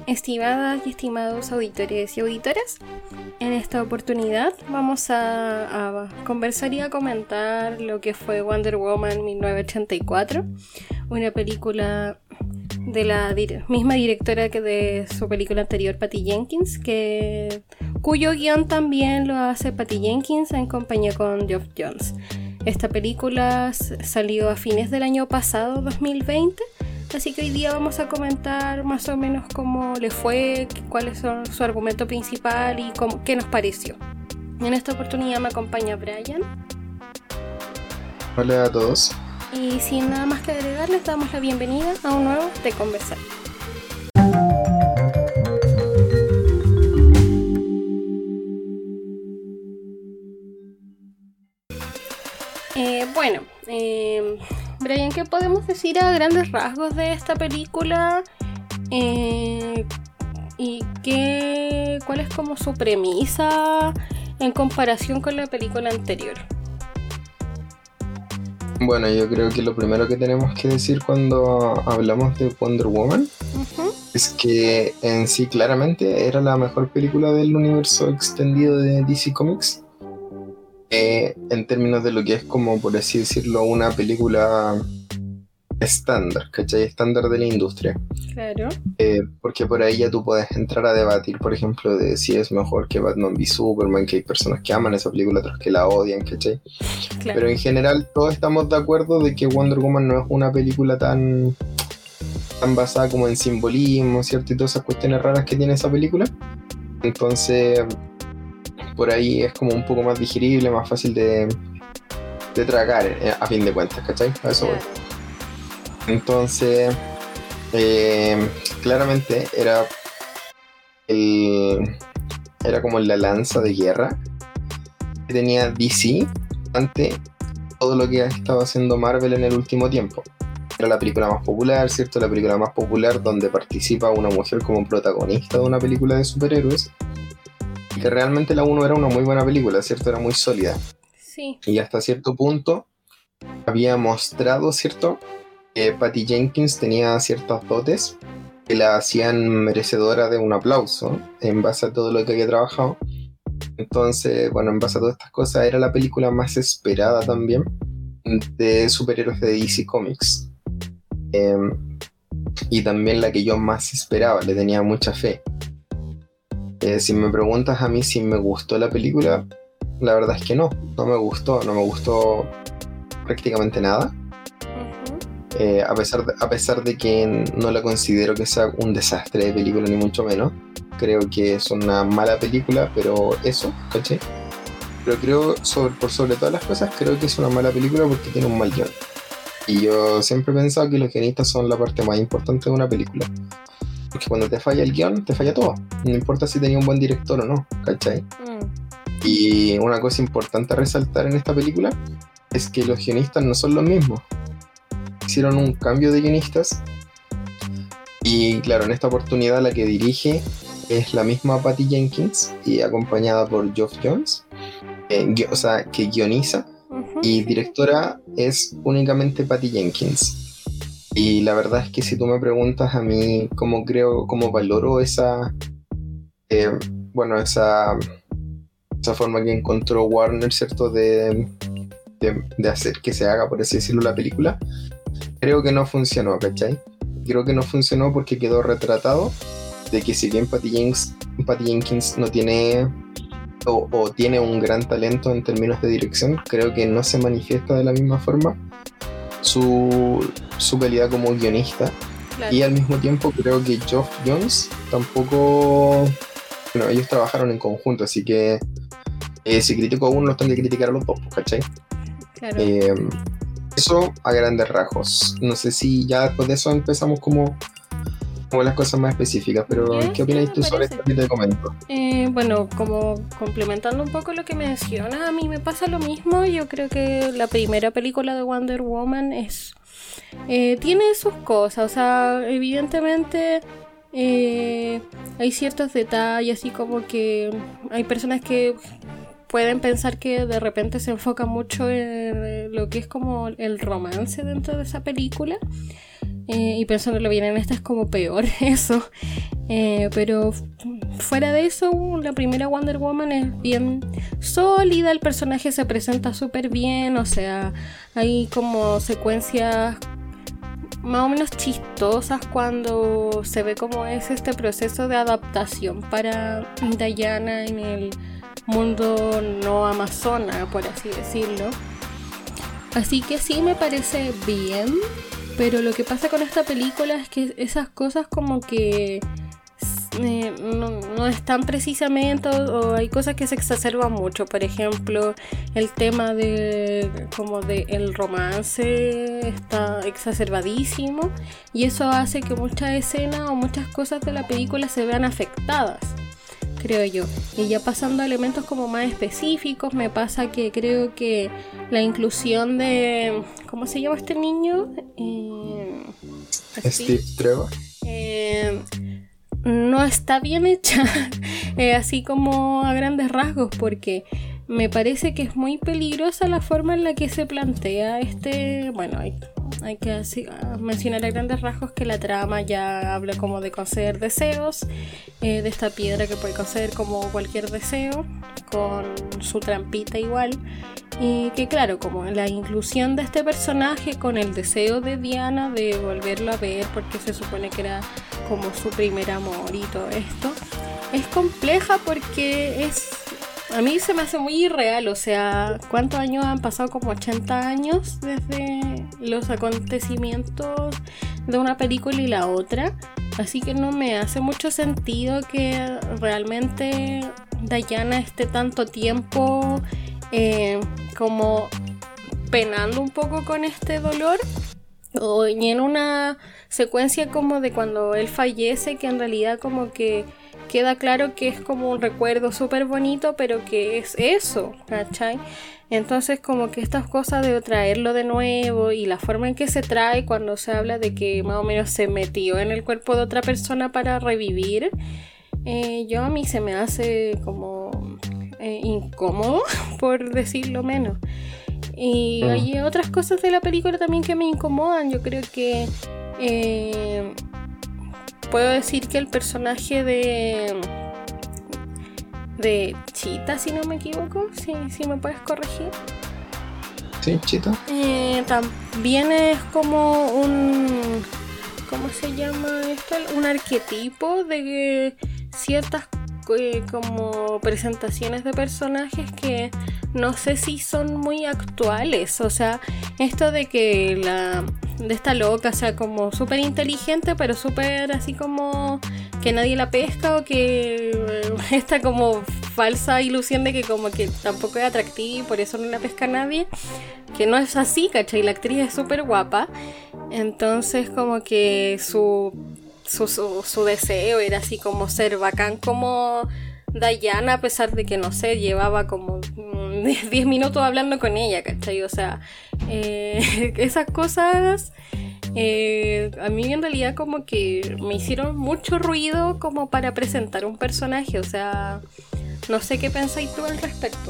Estimadas y estimados auditores y auditoras, en esta oportunidad vamos a conversar y a comentar lo que fue Wonder Woman 1984, una película de la misma directora que de su película anterior, Patty Jenkins, cuyo guión también lo hace Patty Jenkins en compañía con Geoff Johns. Esta película salió a fines del año pasado, 2020, así que hoy día vamos a comentar más o menos cómo le fue, cuál es su argumento principal y qué nos pareció. En esta oportunidad me acompaña Brian. Hola a todos. Y sin nada más que agregar, les damos la bienvenida a un nuevo De Conversar. Brian, ¿qué podemos decir a grandes rasgos de esta película? ¿Y cuál es como su premisa en comparación con la película anterior? Bueno, yo creo que lo primero que tenemos que decir cuando hablamos de Wonder Woman es que en sí claramente era la mejor película del universo extendido de DC Comics. En términos de lo que es como, por así decirlo, una película estándar, ¿cachai? Estándar de la industria. Claro. Porque por ahí ya tú puedes entrar a debatir, por ejemplo, de si es mejor que Batman v Superman, que hay personas que aman esa película, otros que la odian, ¿cachai? Claro. Pero en general todos estamos de acuerdo de que Wonder Woman no es una película tan basada como en simbolismo, ¿cierto? Y todas esas cuestiones raras que tiene esa película. Entonces, por ahí es como un poco más digerible, más fácil de tragar, a fin de cuentas, ¿cachai? A eso voy. Entonces, claramente era como la lanza de guerra que tenía DC ante todo lo que ha estado haciendo Marvel en el último tiempo. Era la película más popular, ¿cierto? La película más popular donde participa una mujer como protagonista de una película de superhéroes. Y que realmente la 1 era una muy buena película, ¿cierto? Era muy sólida. Sí. Y hasta cierto punto había mostrado, ¿cierto?, que Patty Jenkins tenía ciertas dotes que la hacían merecedora de un aplauso en base a todo lo que había trabajado. Entonces, bueno, en base a todas estas cosas, era la película más esperada también de superhéroes de DC Comics. Y también la que yo más esperaba, le tenía mucha fe. Si me preguntas a mí si me gustó la película, la verdad es que no me gustó prácticamente nada. A pesar de que no la considero que sea un desastre de película, ni mucho menos. Creo que es una mala película, pero eso, ¿cachai? Pero creo, por sobre todas las cosas, creo que es una mala película porque tiene un mal guión. Y yo siempre he pensado que los guionistas son la parte más importante de una película. Porque cuando te falla el guión, te falla todo. No importa si tenía un buen director o no, ¿cachai? Y una cosa importante a resaltar en esta película es que los guionistas no son los mismos. Hicieron un cambio de guionistas. Y claro, en esta oportunidad la que dirige es la misma Patty Jenkins y acompañada por Geoff Johns, que guioniza. Y directora es únicamente Patty Jenkins. Y la verdad es que si tú me preguntas a mí cómo valoro esa forma que encontró Warner, ¿cierto? De hacer que se haga, por así decirlo, la película, creo que no funcionó, ¿cachai? Creo que no funcionó porque quedó retratado de que si bien Patty Jenkins no tiene o tiene un gran talento en términos de dirección, creo que no se manifiesta de la misma forma su calidad como guionista. Claro. Y al mismo tiempo creo que Geoff Johns tampoco, bueno, ellos trabajaron en conjunto, así que si critico a uno no tengo que criticar a los dos, ¿cachai? Claro. Eso a grandes rasgos. No sé si ya después de eso empezamos como las cosas más específicas, pero ¿qué opinas tú sobre esto que te comento? Bueno, como complementando un poco lo que mencionas, a mí me pasa lo mismo. Yo creo que la primera película de Wonder Woman tiene sus cosas, o sea, evidentemente hay ciertos detalles, así como que hay personas que pueden pensar que de repente se enfoca mucho en lo que es como el romance dentro de esa película. Y pensándolo bien, en esta es como peor eso. Pero fuera de eso, la primera Wonder Woman es bien sólida, el personaje se presenta súper bien, o sea, hay como secuencias más o menos chistosas cuando se ve cómo es este proceso de adaptación para Diana en el mundo no amazona, por así decirlo. Así que sí me parece bien, pero lo que pasa con esta película es que esas cosas como que no están precisamente, o hay cosas que se exacerban mucho. Por ejemplo, el tema de como de el romance está exacerbadísimo y eso hace que muchas escenas o muchas cosas de la película se vean afectadas, creo yo. Y ya pasando a elementos como más específicos, me pasa que creo que la inclusión de... ¿cómo se llama este niño? Steve Trevor. No está bien hecha, así como a grandes rasgos, porque me parece que es muy peligrosa la forma en la que se plantea bueno, hay que mencionar a grandes rasgos que la trama ya habla como de conceder deseos, de esta piedra que puede conceder como cualquier deseo, con su trampita igual, y que claro, como la inclusión de este personaje con el deseo de Diana de volverlo a ver, porque se supone que era como su primer amor y todo esto, es compleja porque a mí se me hace muy irreal. O sea, ¿cuántos años han pasado? Como 80 años desde los acontecimientos de una película y la otra, así que no me hace mucho sentido que realmente Diana esté tanto tiempo como penando un poco con este dolor, o en una secuencia como de cuando él fallece, que en realidad como que queda claro que es como un recuerdo súper bonito, pero que es eso, ¿cachai? Entonces como que estas cosas de traerlo de nuevo y la forma en que se trae cuando se habla de que más o menos se metió en el cuerpo de otra persona para revivir, a mí se me hace como incómodo, por decirlo menos. Y hay otras cosas de la película también que me incomodan. Yo creo que puedo decir que el personaje de Cheetah, si no me equivoco, si me puedes corregir. Sí, Cheetah. También es como ¿cómo se llama esto? Un arquetipo de ciertas como presentaciones de personajes que no sé si son muy actuales. O sea, esto de que de esta loca sea como súper inteligente, pero súper así como que nadie la pesca, o que esta como falsa ilusión de que como que tampoco es atractiva y por eso no la pesca nadie, que no es así, ¿cachai? La actriz es súper guapa, entonces como que su deseo era así como ser bacán como Diana, a pesar de que no sé, llevaba como 10 minutos hablando con ella, ¿cachai? O sea, esas cosas a mí en realidad como que me hicieron mucho ruido como para presentar un personaje. O sea, no sé qué pensáis tú al respecto.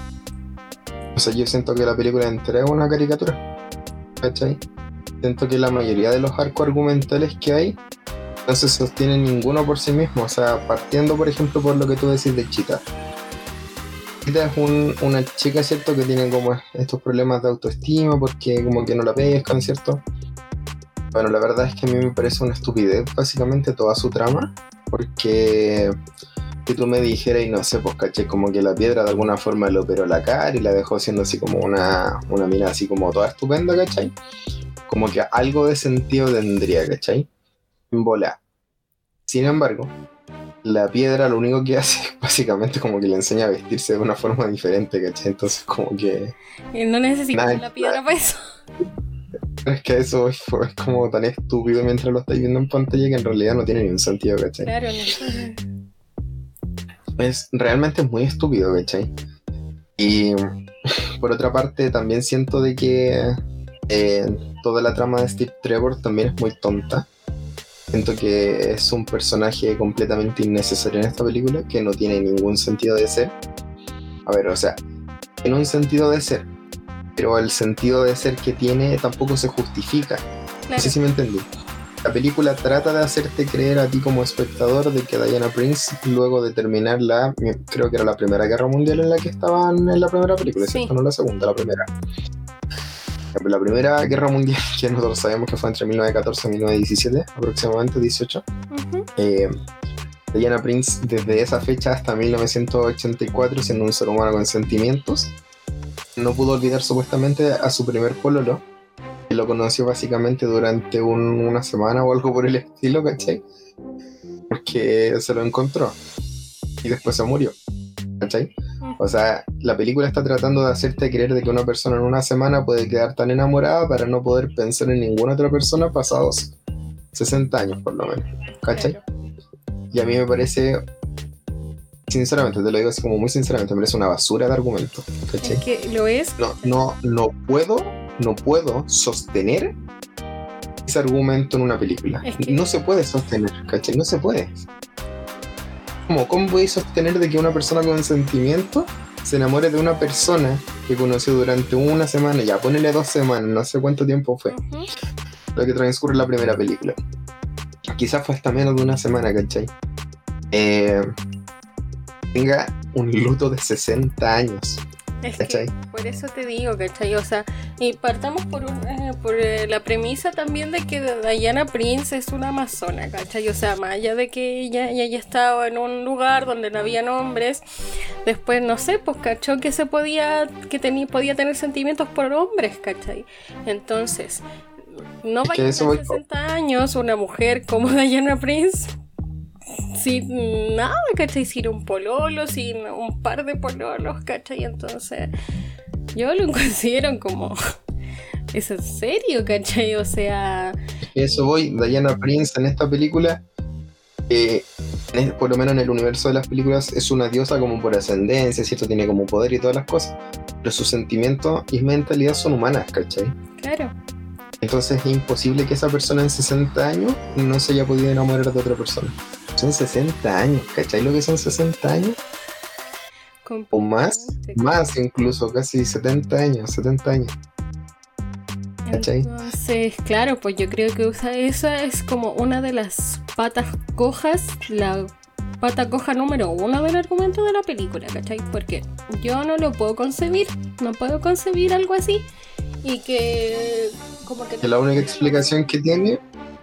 O sea, yo siento que la película entera es una caricatura, ¿cachai? Siento que la mayoría de los arcos argumentales que hay no se sostienen ninguno por sí mismo. O sea, partiendo por ejemplo por lo que tú decís de Cheetah. Cheetah es una chica, ¿cierto? Que tiene como estos problemas de autoestima porque como que no la pescan, ¿cierto? Bueno, la verdad es que a mí me parece una estupidez básicamente toda su trama, porque si tú me dijeras, y no sé, pues caché, como que la piedra de alguna forma le operó la cara y la dejó siendo así como una mina así como toda estupenda, ¿cachai? Como que algo de sentido tendría, ¿cachai? En bola. Sin embargo, la piedra lo único que hace es básicamente como que le enseña a vestirse de una forma diferente, ¿cachai? Entonces como que... No necesitas la piedra para eso. Es que eso es como tan estúpido mientras lo estáis viendo en pantalla que en realidad no tiene ningún sentido, ¿cachai? Claro, no. Realmente es muy estúpido, ¿cachai? Y por otra parte también siento de que toda la trama de Steve Trevor también es muy tonta. Siento que es un personaje completamente innecesario en esta película, que no tiene ningún sentido de ser. A ver, o sea, tiene un sentido de ser, pero el sentido de ser que tiene tampoco se justifica. Claro. No sé si me entendí. la película trata de hacerte creer a ti como espectador de que Diana Prince, luego de terminar creo que era la Primera Guerra Mundial en la que estaban en la primera película, Sí. ¿cierto? No la segunda, la primera. La Primera Guerra Mundial, que nosotros sabemos que fue entre 1914 y 1917, aproximadamente 18. Ujú. Diana Prince, desde esa fecha hasta 1984, siendo un ser humano con sentimientos, no pudo olvidar supuestamente a su primer pololo, que lo conoció básicamente durante una semana o algo por el estilo, ¿cachai? Porque se lo encontró y después se murió, ¿cachai? O sea, la película está tratando de hacerte creer de que una persona en una semana puede quedar tan enamorada para no poder pensar en ninguna otra persona pasados 60 años por lo menos, ¿cachai? Claro. Y a mí me parece, sinceramente, te lo digo así como muy sinceramente, me parece una basura de argumento, ¿cachai? Es que lo es. No puedo sostener ese argumento en una película. Es que- No se puede sostener, ¿cachai? No se puede. ¿Cómo podéis sostener de que una persona con sentimiento se enamore de una persona que conoció durante una semana, ya ponele 2 semanas, no sé cuánto tiempo fue, Ujú. lo que transcurre en la primera película? Quizás fue hasta menos de una semana, ¿cachai? Tenga un luto de 60 años. Es que ¿Cachai? por eso te digo, ¿cachai? O sea, y partamos por la premisa también de que Diana Prince es una amazona, ¿cachai? O sea, más allá de que ella ya estaba en un lugar donde no había hombres, después, no sé, pues cachó que podía tener sentimientos por hombres, ¿cachai? Entonces, no Es va a que llegar eso voy- 60 años una mujer como Diana Prince sin nada, ¿cachai? Sin un pololo, sin un par de pololos, ¿cachai? Entonces, yo lo considero como... ¿Es en serio, cachai? O sea... Eso voy, Diana Prince en esta película, por lo menos en el universo de las películas, es una diosa como por ascendencia, ¿cierto? Tiene como poder y todas las cosas, pero sus sentimientos y mentalidad son humanas, ¿cachai? Claro. Entonces es imposible que esa persona en 60 años no se haya podido enamorar de otra persona. Son 60 años, ¿cachai lo que son 60 años? O más, completamente. más incluso, casi 70 años, 70 años. ¿Cachai? Entonces, claro, pues yo creo que esa es como una de las patas cojas, la pata coja número 1 del argumento de la película, ¿cachai? Porque yo no lo puedo concebir, no puedo concebir algo así y que como que... Que la única explicación que tiene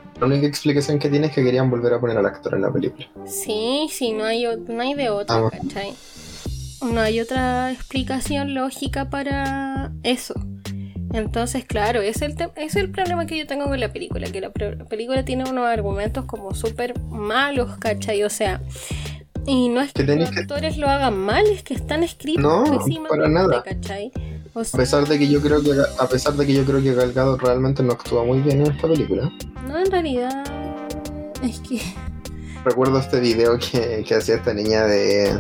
es que querían volver a poner al actor en la película. Sí, no hay de otra, Ah. ¿cachai? No hay otra explicación lógica para eso. Entonces, claro, es el problema que yo tengo con la película, que la película tiene unos argumentos como súper malos, ¿cachai? O sea, y no es que Que los tenés que- actores lo hagan mal, es que están escritos No, pésimamente, para nada. ¿cachai? O A sea, pesar de que yo creo que Gal Gadot realmente no actúa muy bien en esta película. no, en realidad es que... Recuerdo este video que hacía esta niña de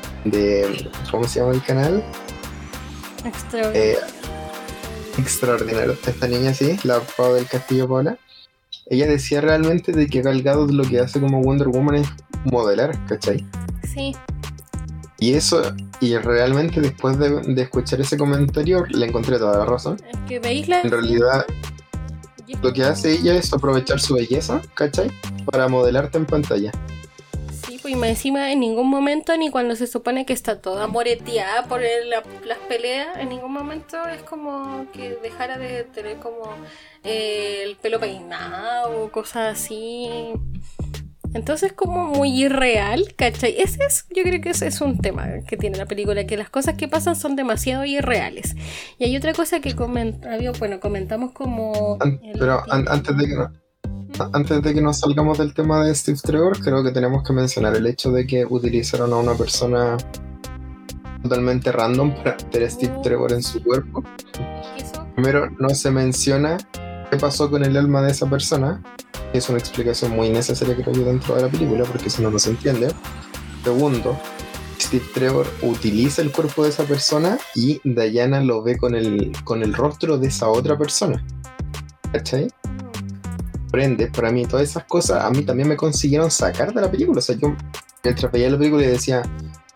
¿cómo se llama el canal? Extraordinario. Extraordinario. Esta niña, sí, la Pau del Castillo Paula. Ella decía realmente de que Gal Gadot lo que hace como Wonder Woman es modelar, ¿cachai? Sí, Y eso, y realmente después de escuchar ese comentario, le encontré toda la razón. es que veis la... En realidad, yo- lo que hace ella es aprovechar su belleza, ¿cachai? Para modelarte en pantalla. Sí, pues y más encima en ningún momento, ni cuando se supone que está toda moreteada por las peleas, en ningún momento es como que dejara de tener como el pelo peinado o cosas así. Entonces como muy irreal, ¿cachai? Yo creo que ese es un tema que tiene la película, que las cosas que pasan son demasiado irreales. Y hay otra cosa que comentamos como... Pero antes de que nos salgamos del tema de Steve Trevor, creo que tenemos que mencionar el hecho de que utilizaron a una persona totalmente random para meter a Steve Trevor en su cuerpo. Eso, Primero, no se menciona qué pasó con el alma de esa persona. Es una explicación muy necesaria, creo yo, dentro de la película, porque si no, no se entiende. Segundo, Steve Trevor utiliza el cuerpo de esa persona y Diana lo ve con el rostro de esa otra persona. ¿Cachai? Por ende, para mí, todas esas cosas a mí también me consiguieron sacar de la película. O sea, yo mientras veía la película y decía,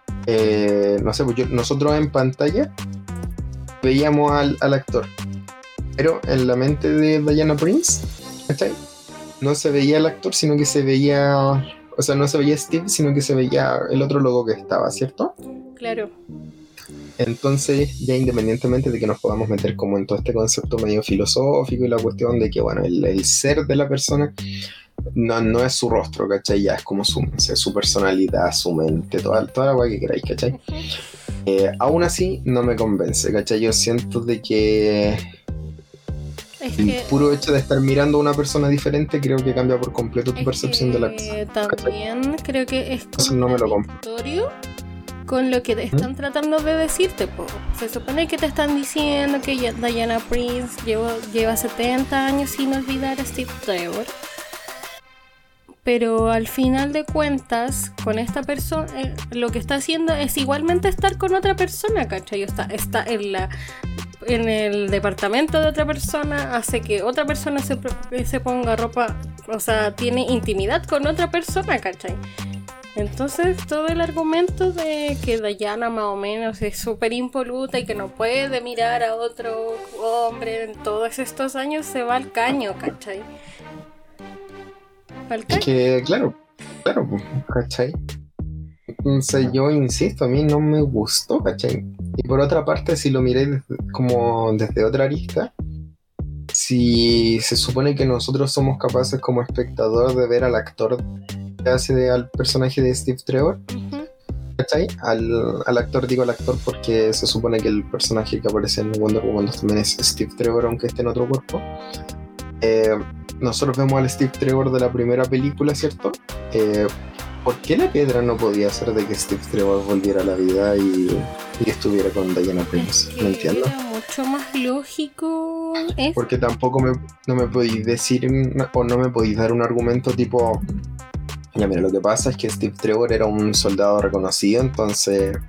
no sé, pues nosotros en pantalla veíamos al actor, pero en la mente de Diana Prince, ¿cachai? no se veía el actor, sino que se veía, o sea, no se veía Steve, sino que se veía el otro logo que estaba, ¿cierto? Claro. Entonces, ya independientemente de que nos podamos meter como en todo este concepto medio filosófico y la cuestión de que, bueno, el ser de la persona no es su rostro, ¿cachai? Ya es como su personalidad, su mente, toda la guay que queráis, ¿cachai? Aún así, no me convence, ¿cachai? Yo siento de que el puro hecho de estar mirando a una persona diferente creo que cambia por completo tu percepción de la persona. También ¿cachai? creo que es contradictorio con lo que te están tratando de decirte, po. Se supone que te están diciendo que Diana Prince lleva 70 años sin olvidar a Steve Trevor. Pero al final de cuentas, con esta persona, lo que está haciendo es igualmente estar con otra persona, ¿cachai? Está en el departamento de otra persona, hace que otra persona se ponga ropa, o sea, tiene intimidad con otra persona, ¿cachai? Entonces todo el argumento de que Diana más o menos es súper impoluta y que no puede mirar a otro hombre en todos estos años se va al caño, ¿cachai? Que claro, ¿cachai? Entonces yo insisto, a mí no me gustó, ¿cachai? Y por otra parte, si lo miré como desde otra arista, si se supone que nosotros somos capaces como espectador de ver al actor que hace al personaje de Steve Trevor, ¿cachai? Al actor, digo al actor porque se supone que el personaje que aparece en Wonder Woman 2 también es Steve Trevor, aunque esté en otro cuerpo. Nosotros vemos al Steve Trevor de la primera película, ¿cierto? ¿Por qué la piedra no podía hacer de que Steve Trevor volviera a la vida y estuviera con Diana Prince? No entiendo. Era mucho más lógico eso. Porque tampoco no me podéis decir o no me podéis dar un argumento tipo, ya mira, lo que pasa es que Steve Trevor era un soldado reconocido, entonces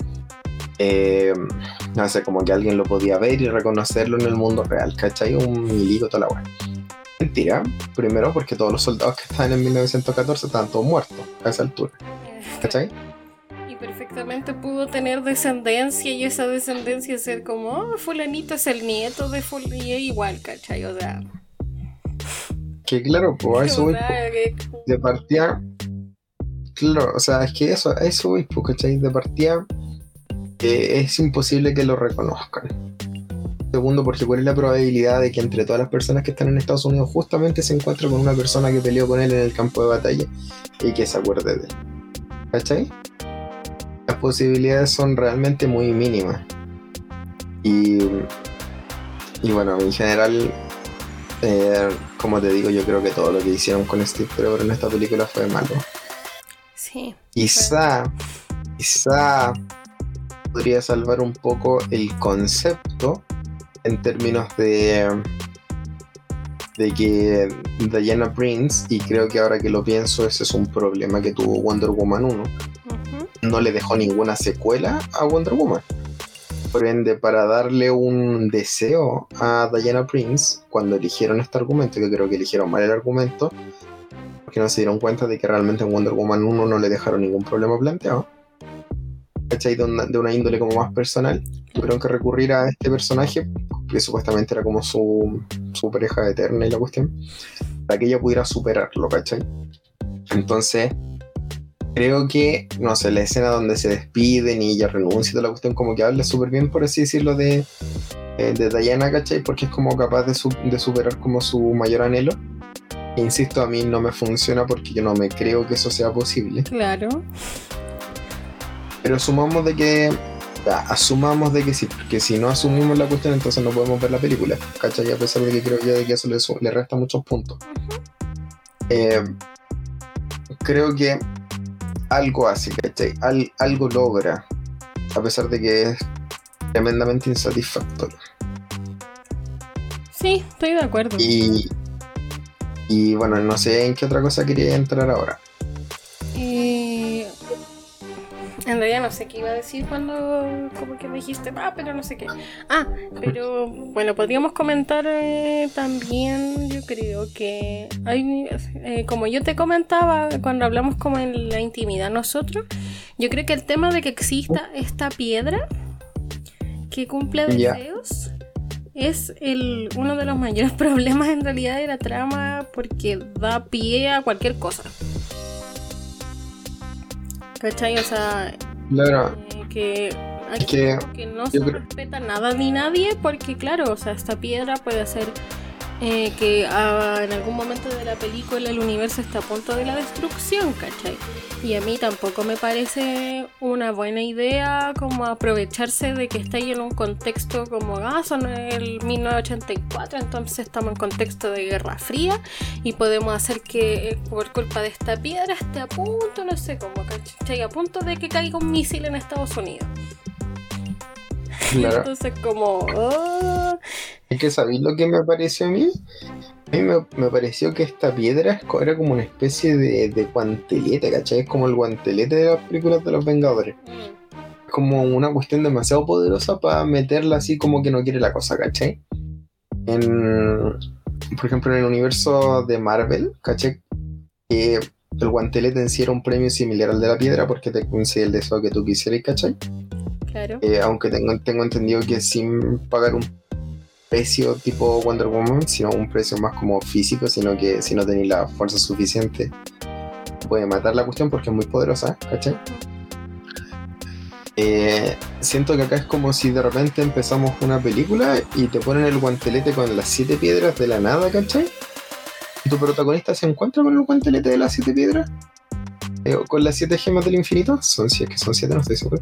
no sé, como que alguien lo podía ver y reconocerlo en el mundo real, ¿cachai? Un milico, toda la weá. Mentira, primero porque todos los soldados que estaban en 1914 estaban todos muertos a esa altura, ¿cachai? Y perfectamente pudo tener descendencia y esa descendencia ser como, fulanito es el nieto de fulanito, igual, ¿cachai? O sea... Que claro, pues a eso voy, de partida, claro, o sea, es que eso voy, pues, ¿cachai? De partida es imposible que lo reconozcan. Segundo, porque cuál es la probabilidad de que entre todas las personas que están en Estados Unidos justamente se encuentre con una persona que peleó con él en el campo de batalla y que se acuerde de él, ¿cachai? Las posibilidades son realmente muy mínimas y bueno, en general, como te digo, yo creo que todo lo que hicieron con Steve Trevor en esta película fue malo. Sí. Quizá podría salvar un poco el concepto en términos de que Diana Prince, y creo que ahora que lo pienso ese es un problema que tuvo Wonder Woman 1, no le dejó ninguna secuela a Wonder Woman. Por ende, para darle un deseo a Diana Prince, cuando eligieron este argumento, que creo que eligieron mal el argumento, porque no se dieron cuenta de que realmente en Wonder Woman 1 no le dejaron ningún problema planteado, ¿cachai? De una índole como más personal, tuvieron que recurrir a este personaje que supuestamente era como su pareja eterna y la cuestión, para que ella pudiera superarlo, ¿cachai? Entonces creo que, no sé, la escena donde se despiden y ella renuncia y toda la cuestión, como que habla súper bien, por así decirlo, de Diana, ¿cachai? Porque es como capaz de superar como su mayor anhelo. E insisto, a mí no me funciona porque yo no me creo que eso sea posible. Claro. Pero asumamos de que sí, porque si no asumimos la cuestión, entonces no podemos ver la película, ¿cachai? A pesar de que creo yo de que eso le resta muchos puntos. Creo que algo hace, ¿cachai? Algo logra, a pesar de que es tremendamente insatisfactorio. Sí, estoy de acuerdo. Y bueno, no sé en qué otra cosa quería entrar ahora. En realidad no sé qué iba a decir cuando como que me dijiste, pero no sé qué. Pero bueno, podríamos comentar también, yo creo que hay, como yo te comentaba cuando hablamos como en la intimidad nosotros, yo creo que el tema de que exista esta piedra que cumple deseos es uno de los mayores problemas en realidad de la trama, porque da pie a cualquier cosa. ¿Cachai? O sea, Claro, que es aquí que como que no yo se creo, respeta nada ni nadie, porque claro, o sea, esta piedra puede hacer que en algún momento de la película el universo está a punto de la destrucción, ¿cachai? Y a mí tampoco me parece una buena idea como aprovecharse de que está ahí en un contexto como, son el 1984, entonces estamos en contexto de Guerra Fría y podemos hacer que por culpa de esta piedra esté a punto, no sé cómo, ¿cachai? A punto de que caiga un misil en Estados Unidos. claro, Entonces como... es que ¿sabéis lo que me pareció a mí? A mí me pareció que esta piedra era como una especie de guantelete, ¿cachai? Es como el guantelete de las películas de los Vengadores. Es como una cuestión demasiado poderosa para meterla así como que no quiere la cosa, ¿cachai? Por ejemplo, en el universo de Marvel, ¿cachai? Que el guantelete en sí era un premio similar al de la piedra porque te concede el deseo que tú quisieras, ¿cachai? Claro. Aunque tengo entendido que sin pagar un precio tipo Wonder Woman, sino un precio más como físico, sino que si no tenéis la fuerza suficiente puede matar la cuestión porque es muy poderosa, ¿cachai? Siento que acá es como si de repente empezamos una película y te ponen el guantelete con las 7 piedras de la nada, ¿cachai? Y tu protagonista se encuentra con el guantelete de las 7 piedras, o con las 7 gemas del infinito, si es que son 7, no estoy seguro.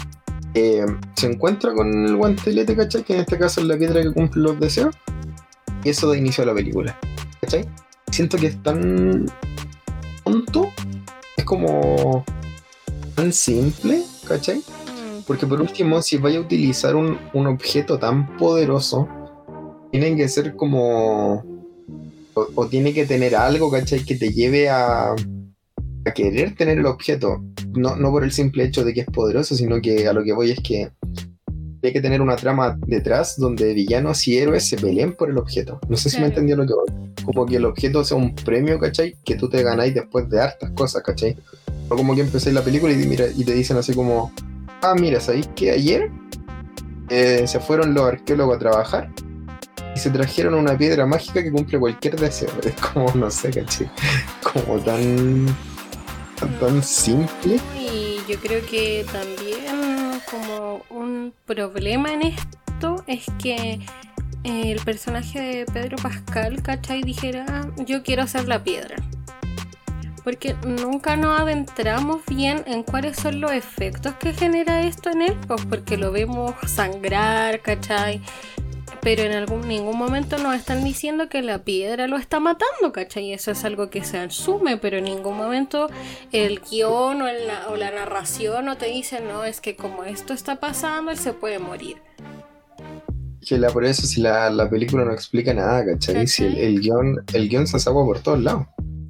Se encuentra con el guantelete, ¿cachai? Que en este caso es la piedra que cumple los deseos. Y eso da inicio a la película, ¿cachai? Siento que es tan tonto, es como tan simple, ¿cachai? Porque por último, si vaya a utilizar un objeto tan poderoso, tiene que ser como... O tiene que tener algo, ¿cachai? Que te lleve a querer tener el objeto. No por el simple hecho de que es poderoso, sino que a lo que voy es que hay que tener una trama detrás donde villanos y héroes se peleen por el objeto. No sé si me entendió lo que voy. Como que el objeto sea un premio, ¿cachai? Que tú te ganáis después de hartas cosas, ¿cachai? O como que empezáis la película y te dicen así como... mira, ¿sabéis que ayer se fueron los arqueólogos a trabajar y se trajeron una piedra mágica que cumple cualquier deseo? Es como, no sé, ¿cachai? Como tan simple. Y yo creo que también como un problema en esto es que el personaje de Pedro Pascal, ¿cachai? Dijera, yo quiero hacer la piedra. Porque nunca nos adentramos bien en cuáles son los efectos que genera esto en él, pues porque lo vemos sangrar, ¿cachai? Pero en ningún momento nos están diciendo que la piedra lo está matando, ¿cachai? Y eso es algo que se asume, pero en ningún momento el guión o la narración no te dice, no, es que como esto está pasando, él se puede morir. Que por eso si la película no explica nada, ¿cachai? Si el guión se agua por todos lados.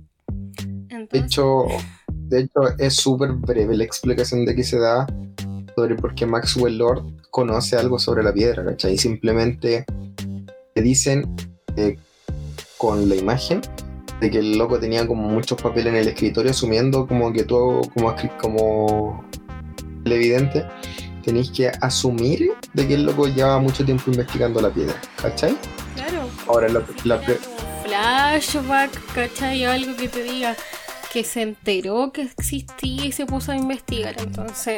Entonces... De hecho es súper breve la explicación de que se da sobre por qué Maxwell Lord conoce algo sobre la piedra, ¿cachai? Simplemente te dicen con la imagen de que el loco tenía como muchos papeles en el escritorio, asumiendo como que todo como televidente tenéis que asumir de que el loco lleva mucho tiempo investigando la piedra, ¿cachai? Claro. Ahora un flashback, ¿cachai? O algo que te diga que se enteró que existía y se puso a investigar. Entonces,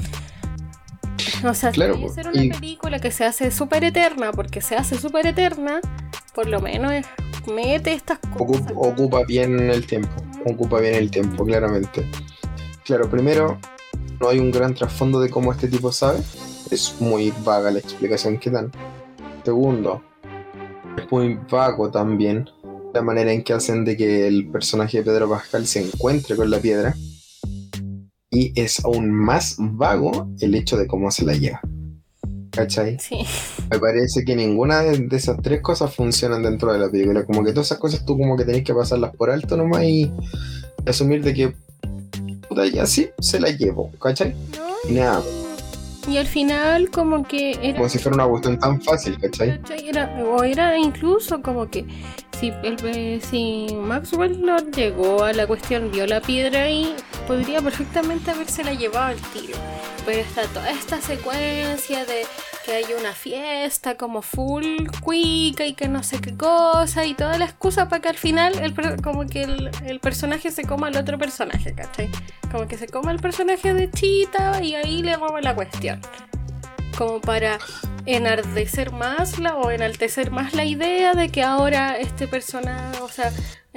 o sea, claro, si ser una película que se hace súper eterna, porque se hace súper eterna, por lo menos mete estas cosas. Ocupa bien el tiempo, claramente. Claro, primero, no hay un gran trasfondo de cómo este tipo sabe. Es muy vaga la explicación que dan. Segundo, es muy vago también la manera en que hacen de que el personaje de Pedro Pascal se encuentre con la piedra. Y es aún más vago el hecho de cómo se la lleva. ¿Cachai? Sí. Me parece que ninguna de esas tres cosas funcionan dentro de la película. Como que todas esas cosas tú como que tenés que pasarlas por alto nomás y asumir de que puta, ya sí, se la llevo, ¿cachai? No, y nada. Y al final como que era... Como si fuera una cuestión tan fácil, ¿cachai? Era incluso como que si Maxwell no llegó a la cuestión, vio la piedra y podría perfectamente habérsela llevado al tiro. Pero está toda esta secuencia de que hay una fiesta como full cuica y que no sé qué cosa y toda la excusa para que al final como que el personaje se coma al otro personaje, ¿cachai? Como que se coma el personaje de Cheetah y ahí le roba la cuestión. Como para enaltecer más o enaltecer más la idea de que ahora este personaje, o sea,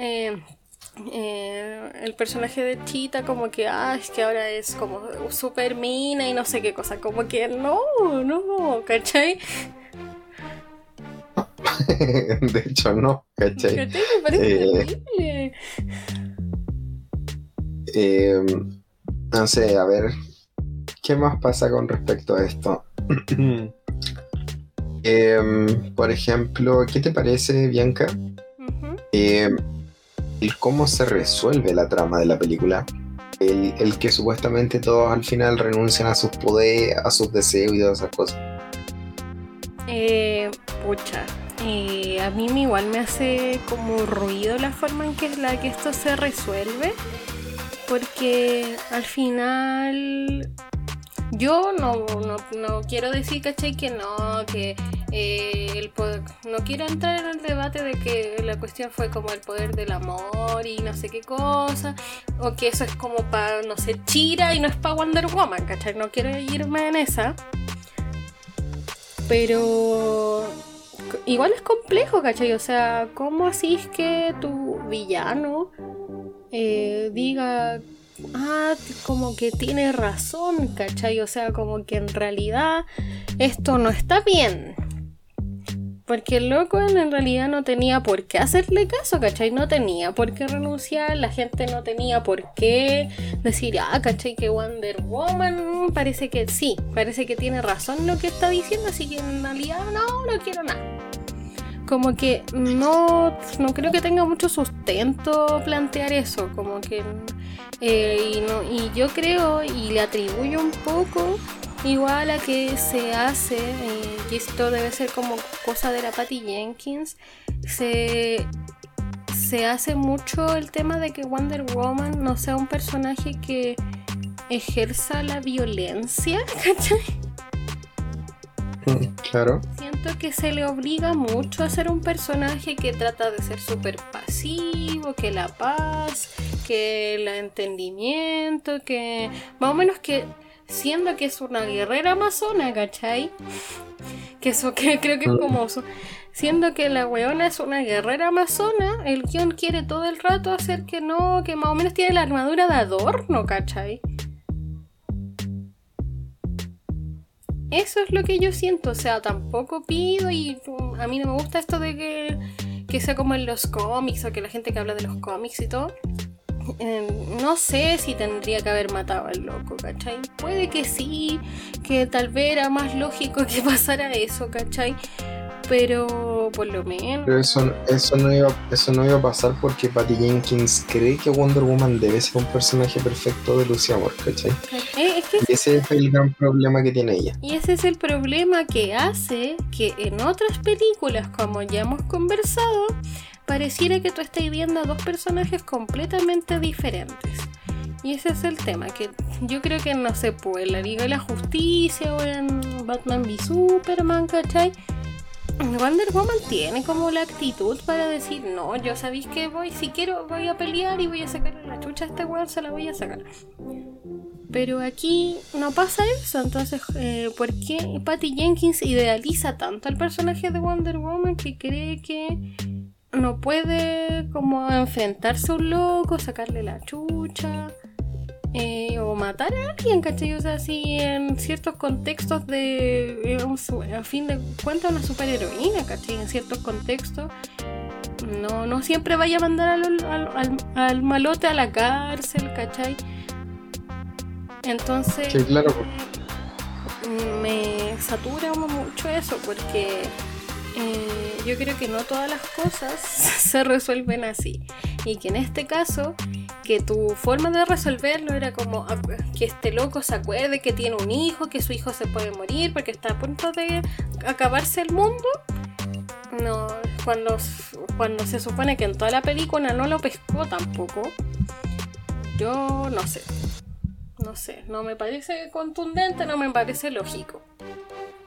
el personaje de Cheetah como que es que ahora es como super mina y no sé qué cosa, como que no, ¿cachai? De hecho no, ¿cachai? ¿Cachai? Me parece terrible. No sé, a ver, ¿qué más pasa con respecto a esto? Por ejemplo, ¿qué te parece, Bianca? Uh-huh. El cómo se resuelve la trama de la película. El que supuestamente todos al final renuncian a sus poderes, a sus deseos y todas esas cosas. A mí igual me hace como ruido la forma en que esto se resuelve, porque al final yo no quiero decir, ¿cachai? Que no, que no quiero entrar en el debate de que la cuestión fue como el poder del amor y no sé qué cosa, o que eso es como para, no sé, Cheetah y no es para Wonder Woman, ¿cachai? No quiero irme en esa, pero igual es complejo, ¿cachai? O sea, ¿cómo así es que tu villano diga... como que tiene razón, ¿cachai? O sea, como que en realidad esto no está bien. Porque el loco en realidad no tenía por qué hacerle caso, ¿cachai? No tenía por qué renunciar, la gente no tenía por qué decir, ¿cachai? Que Wonder Woman parece que sí, parece que tiene razón lo que está diciendo, así que en realidad no quiero nada. Como que no creo que tenga mucho sustento plantear eso, como que y yo creo y le atribuyo un poco igual a que se hace, y esto debe ser como cosa de la Patty Jenkins, se hace mucho el tema de que Wonder Woman no sea un personaje que ejerza la violencia, ¿cachai? Claro. Siento que se le obliga mucho a ser un personaje que trata de ser súper pasivo, que la paz, que el entendimiento, que más o menos que siendo que es una guerrera amazona, ¿cachai? Que eso que creo que es como siendo que la weona es una guerrera amazona, el guión quiere todo el rato hacer que no, que más o menos tiene la armadura de adorno, ¿cachai? Eso es lo que yo siento, o sea, tampoco pido y a mí no me gusta esto de que sea como en los cómics o que la gente que habla de los cómics y todo. No sé si tendría que haber matado al loco, ¿cachai? Puede que sí, que tal vez era más lógico que pasara eso, ¿cachai? Pero por lo menos... Pero eso no iba a pasar porque Patty Jenkins cree que Wonder Woman debe ser un personaje perfecto de Lucy Amor, ¿cachai? Y ese es el gran problema que tiene ella. Y ese es el problema que hace que en otras películas, como ya hemos conversado, pareciera que tú estás viendo a dos personajes completamente diferentes. Y ese es el tema, que yo creo que no se puede, en la Liga de la Justicia o en Batman v Superman, ¿cachai? Wonder Woman tiene como la actitud para decir, no, yo sabéis que si quiero voy a pelear y voy a sacarle la chucha a este weón, se la voy a sacar. Pero aquí no pasa eso, entonces ¿por qué Patty Jenkins idealiza tanto al personaje de Wonder Woman que cree que no puede como enfrentarse a un loco, sacarle la chucha o matar a alguien, ¿cachai? O sea, si en ciertos contextos a fin de cuentas una superheroína, ¿cachai? En ciertos contextos no siempre vaya a mandar al malote a la cárcel, ¿cachai? Entonces sí, claro. Me satura mucho eso porque yo creo que no todas las cosas se resuelven así y que en este caso que tu forma de resolverlo era como que este loco se acuerde que tiene un hijo, que su hijo se puede morir porque está a punto de acabarse el mundo. No, cuando se supone que en toda la película no lo pescó tampoco. Yo no sé, no me parece contundente, no me parece lógico.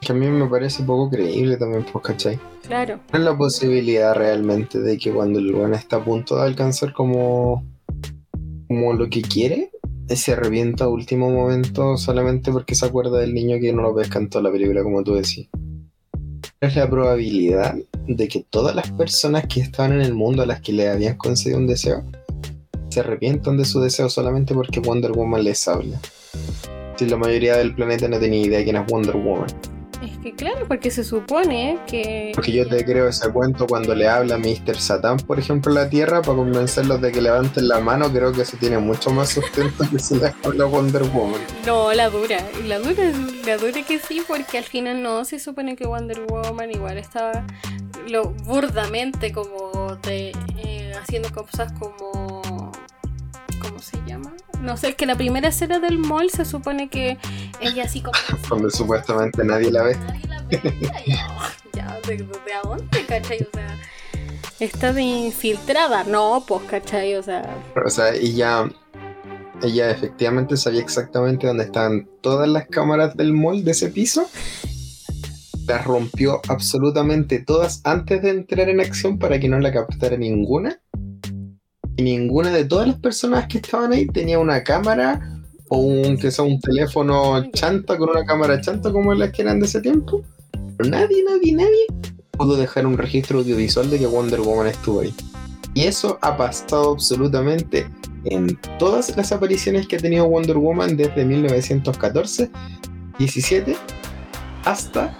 Que a mí me parece poco creíble también, pues, ¿cachai? Claro. No es la posibilidad realmente de que cuando el weón está a punto de alcanzar como lo que quiere, se revienta a último momento solamente porque se acuerda del niño que no lo pesca en toda la película, como tú decís. Es la probabilidad de que todas las personas que estaban en el mundo a las que le habían concedido un deseo se arrepientan de su deseo solamente porque Wonder Woman les habla. Si la mayoría del planeta no tenía idea de quién es Wonder Woman. Es que claro, porque se supone que... Porque yo te creo ese cuento cuando le habla a Mr. Satan, por ejemplo, a la Tierra, para convencerlos de que levanten la mano. Creo que eso tiene mucho más sustento que si le habla a Wonder Woman. No, la dura que sí, porque al final no, se supone que Wonder Woman igual estaba burdamente como haciendo cosas como... ¿Cómo se llama? No sé, es que la primera escena del mall se supone que ella así como... Cuando supuestamente nadie la ve. Nadie la ve, ya, ¿de dónde, cachai? O sea, está de infiltrada, no, pues, cachai, o sea... O sea, ella efectivamente sabía exactamente dónde estaban todas las cámaras del mall de ese piso. Las rompió absolutamente todas antes de entrar en acción para que no la captara ninguna. Y ninguna de todas las personas que estaban ahí tenía una cámara o un teléfono chanta con una cámara chanta como las que eran de ese tiempo. Pero nadie pudo dejar un registro audiovisual de que Wonder Woman estuvo ahí. Y eso ha pasado absolutamente en todas las apariciones que ha tenido Wonder Woman desde 1914, 17 hasta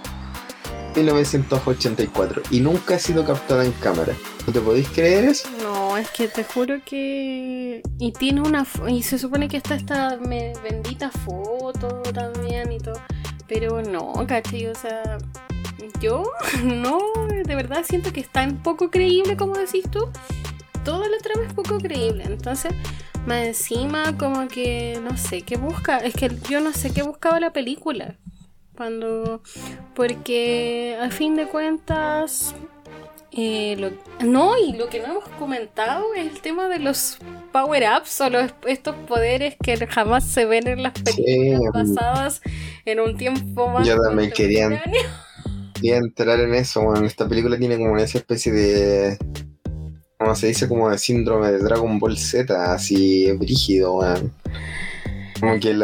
1984 y nunca ha sido captada en cámara. ¿No te podéis creer eso? No, es que te juro que... Y tiene y se supone que está esta bendita foto también y todo. Pero no, ¿cachai? O sea, yo no, de verdad siento que es tan poco creíble como decís tú. Toda la trama es poco creíble. Entonces, más encima como que no sé qué busca. Es que yo no sé qué buscaba la película. Porque al fin de cuentas... y lo que no hemos comentado es el tema de los power-ups o estos poderes que jamás se ven en las películas basadas en un tiempo más. Yo también quería entrar en eso. Bueno, esta película tiene como esa especie de, como se dice, como de síndrome de Dragon Ball Z, así brígido, bueno. Como que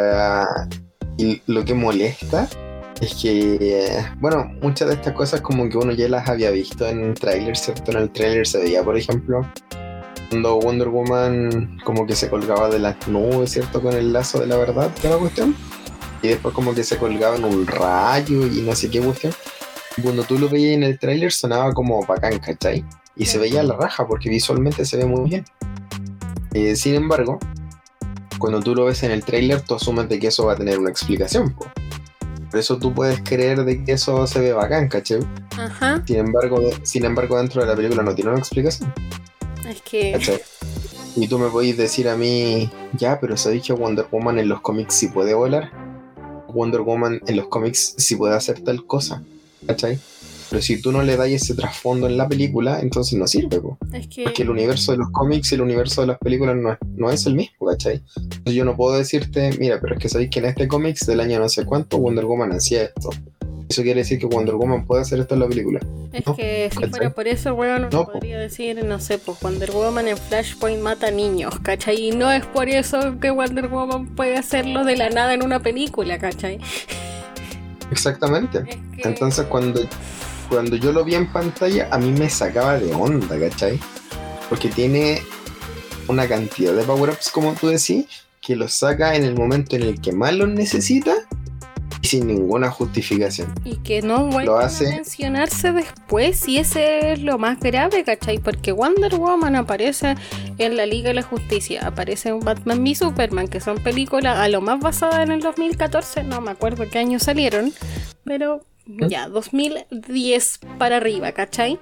y lo que molesta es que, bueno, muchas de estas cosas como que uno ya las había visto en trailers, ¿cierto? En el trailer se veía, por ejemplo, cuando Wonder Woman como que se colgaba de las nubes, ¿cierto? Con el lazo de la verdad, que era la cuestión. Y después como que se colgaba en un rayo y no sé qué cuestión. Y cuando tú lo veías en el trailer sonaba como bacán, ¿cachai? Y se veía la raja porque visualmente se ve muy bien. Sin embargo, cuando tú lo ves en el trailer, tú asumes de que eso va a tener una explicación, po. Por eso tú puedes creer de que eso se ve bacán, ¿cachai? Ajá. Sin embargo, dentro de la película no tiene una explicación. Es que... ¿cachai? Y tú me podés decir a mí, ya, pero ¿sabéis que Wonder Woman en los cómics sí puede volar? Wonder Woman en los cómics sí puede hacer tal cosa, ¿cachai? Pero si tú no le das ese trasfondo en la película, entonces no sirve, po. Porque el universo de los cómics y el universo de las películas no es el mismo, ¿cachai? Entonces yo no puedo decirte, mira, pero es que sabéis que en este cómics del año no sé cuánto Wonder Woman hacía esto. Eso quiere decir que Wonder Woman puede hacer esto en la película. Es ¿no? Que si fuera por eso, weón, no podría decir, no sé, pues Wonder Woman en Flashpoint mata niños, ¿cachai? Y no es por eso que Wonder Woman puede hacerlo de la nada en una película, ¿cachai? Exactamente. Es que... Entonces cuando yo lo vi en pantalla, a mí me sacaba de onda, ¿cachai? Porque tiene una cantidad de power-ups, como tú decís, que los saca en el momento en el que más los necesita y sin ninguna justificación. Y que no vuelve a mencionarse después, y ese es lo más grave, ¿cachai? Porque Wonder Woman aparece en la Liga de la Justicia, aparece en Batman v Superman, que son películas a lo más basadas en el 2014, no me acuerdo qué año salieron, pero... ya, 2010 para arriba, ¿cachai?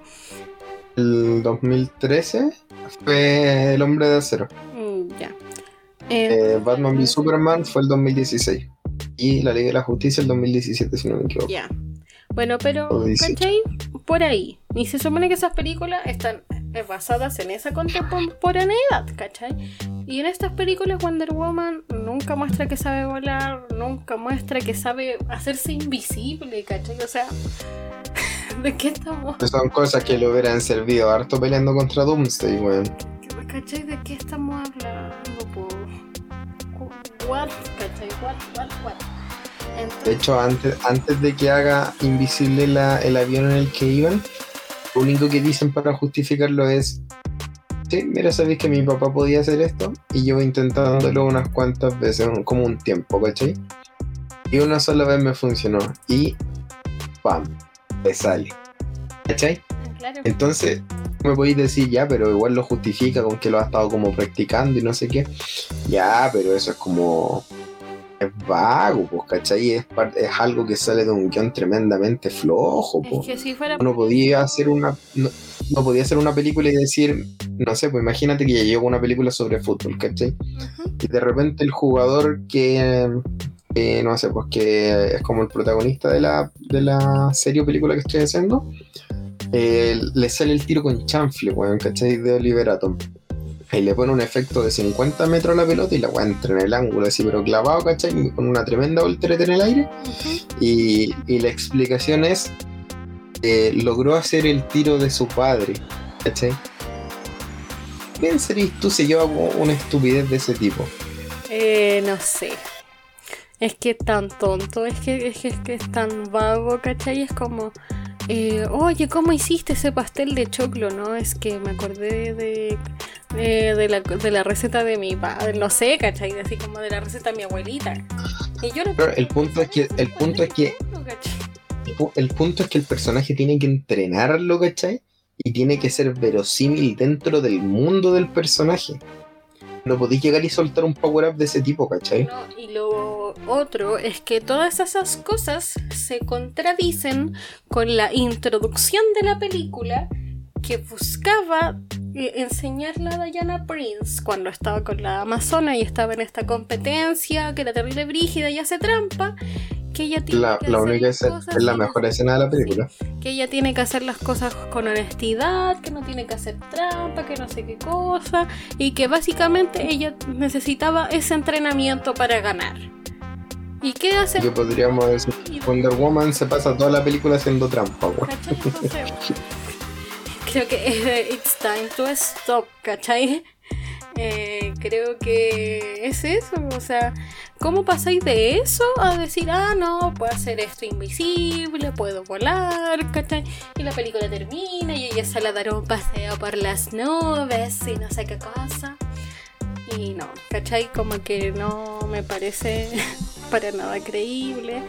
El 2013 fue El Hombre de Acero. Ya. Batman v Superman fue el 2016. Y la Liga de la Justicia el 2017, si no me equivoco. Ya. Bueno, pero, ¿cachai? Por ahí. Y se supone que esas películas están basadas en esa contemporaneidad, ¿cachai? Y en estas películas Wonder Woman nunca muestra que sabe volar, nunca muestra que sabe hacerse invisible, ¿cachai? O sea, ¿de qué estamos? Son cosas que le hubieran servido harto peleando contra Doomsday, weón. ¿Cachai? ¿De qué estamos hablando, po? What? ¿Cachai? What? Entonces, De hecho, antes de que haga invisible el avión en el que iban, lo único que dicen para justificarlo es: sí, mira, sabéis que mi papá podía hacer esto y llevo intentándolo unas cuantas veces, como un tiempo, ¿cachai? Y una sola vez me funcionó y ¡pam! Me sale, ¿cachai? claro. Entonces me podéis decir, ya, pero igual lo justifica con que lo ha estado como practicando y no sé qué. Ya, pero eso es como... es vago, pues, ¿cachai? Es algo que sale de un guión tremendamente flojo, pues. Es que si fuera... No podía hacer no podía hacer una película y decir, no sé, pues imagínate que ya llegó una película sobre fútbol, ¿cachai? Uh-huh. Y de repente el jugador que no sé, pues que es como el protagonista de la serie o película que estoy haciendo, le sale el tiro con chanfle, weón, ¿cachai? De Oliver Atom. Y le pone un efecto de 50 metros a la pelota y la weá entra en el ángulo así, pero clavado, ¿cachai? Con una tremenda voltereta en el aire. Uh-huh. Y la explicación es: logró hacer el tiro de su padre, ¿cachai? ¿Quién serías tú si yo hago una estupidez de ese tipo? No sé. Es que es tan tonto, es que es tan vago, ¿cachai? Es como, oye, ¿cómo hiciste ese pastel de choclo? No, es que me acordé de la receta de mi padre, no sé, ¿cachai? Así como de la receta de mi abuelita. Y yo no... Pero el punto es que el personaje tiene que entrenarlo, ¿cachai? Y tiene que ser verosímil dentro del mundo del personaje. No podéis llegar y soltar un power-up de ese tipo, ¿cachai? No, y lo otro es que todas esas cosas se contradicen con la introducción de la película que buscaba enseñarle a Diana Prince cuando estaba con la Amazona y estaba en esta competencia que era terrible brígida y hace trampa, que ella tiene que La hacer única las escena cosas es la mejor escena de la película. sí, que ella tiene que hacer las cosas con honestidad, que no tiene que hacer trampa, que no sé qué cosa, y que básicamente ella necesitaba ese entrenamiento para ganar. ¿Y qué hace? Que podríamos decir, Wonder Woman se pasa toda la película haciendo trampa, weón. ¿Cachai? Entonces, creo que it's time to stop, ¿cachai? Creo que es eso, o sea, ¿cómo pasáis de eso a decir, no, puedo hacer esto invisible, puedo volar, ¿cachai? Y la película termina y ella sale a dar un paseo por las nubes y no sé qué cosa. Y no, ¿cachai? Como que no me parece para nada creíble.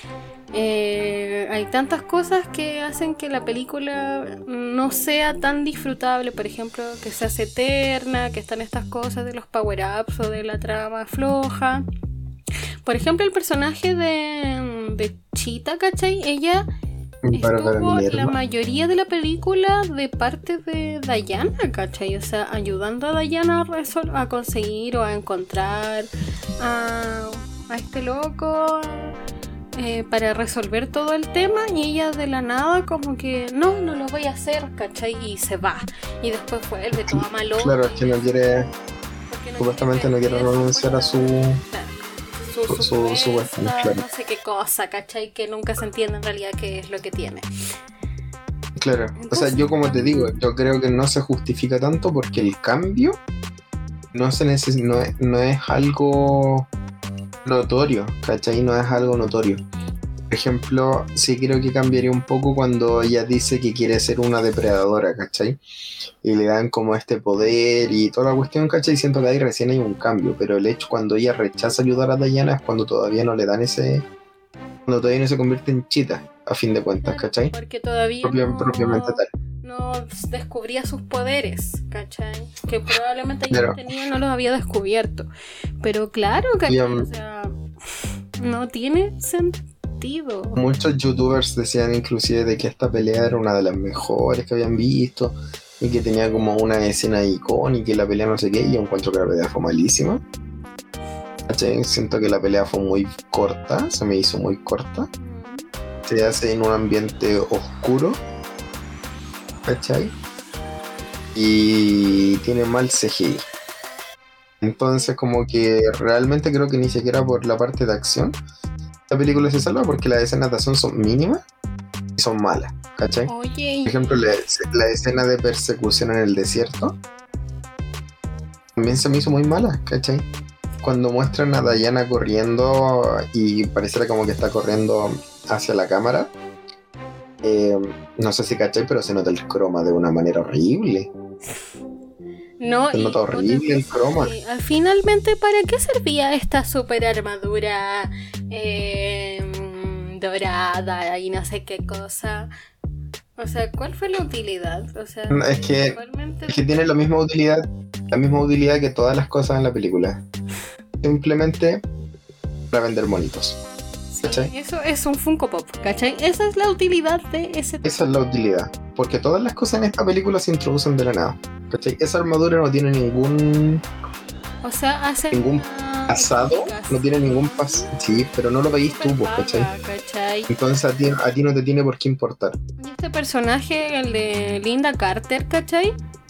Hay tantas cosas que hacen que la película no sea tan disfrutable, por ejemplo, que se hace eterna, que están estas cosas de los power-ups o de la trama floja. Por ejemplo, el personaje de Cheetah, ¿cachai? Ella estuvo la mayoría de la película de parte de Diana, ¿cachai? O sea, ayudando a Diana a conseguir o a encontrar a este loco para resolver todo el tema, y ella de la nada como que no lo voy a hacer, ¿cachai? Y se va y después vuelve toda malona. Claro, es que no quiere, supuestamente no quiere renunciar a su claro. No sé qué cosa, ¿cachai? Que nunca se entiende en realidad qué es lo que tiene. Claro, o sea, yo como te digo, yo creo que no se justifica tanto porque el cambio no es algo notorio, ¿cachai? No es algo notorio. Por ejemplo, sí creo que cambiaría un poco cuando ella dice que quiere ser una depredadora, ¿cachai? Y le dan como este poder y toda la cuestión, ¿cachai? Siento que ahí recién hay un cambio, pero el hecho cuando ella rechaza ayudar a Diana es cuando todavía no le dan cuando todavía no se convierte en Cheetah, a fin de cuentas, ¿cachai? Porque todavía propiamente tal. No descubría sus poderes, ¿cachai? Que probablemente ella tenía, no los había descubierto. Pero claro, ¿cachai? O sea, no tiene sentido. Muchos youtubers decían inclusive de que esta pelea era una de las mejores que habían visto y que tenía como una escena icónica y la pelea no sé qué, y yo encuentro que la pelea fue malísima. ¿Cachai? Siento que la pelea fue muy corta, se me hizo muy corta. Se hace en un ambiente oscuro, ¿cachai? Y tiene mal CGI. Entonces como que realmente creo que ni siquiera por la parte de acción la película se salva porque las escenas de acción son mínimas y son malas, ¿cachai? Oye, Por ejemplo, la escena de persecución en el desierto también se me hizo muy mala, ¿cachai? Cuando muestran a Diana corriendo y pareciera como que está corriendo hacia la cámara, no sé si cachai, pero se nota el croma de una manera horrible. no, Se nota horrible el croma. Finalmente, ¿para qué servía esta super armadura dorada y no sé qué cosa? O sea, ¿cuál fue la utilidad? O sea, Es que realmente... tiene la misma utilidad que todas las cosas en la película. Simplemente para vender monitos. ¿Cachai? Sí, eso es un Funko Pop, ¿cachai? Esa es la utilidad de ese... Esa es la utilidad. Porque todas las cosas en esta película se introducen de la nada. ¿Cachai? Esa armadura no tiene ningún... O sea, hace... ningún pasado, no tiene ningún pasado. Sí, pero no lo veis tú, ¿cachai? Entonces a ti no te tiene por qué importar. Y este personaje, el de Linda Carter, ¿cachai?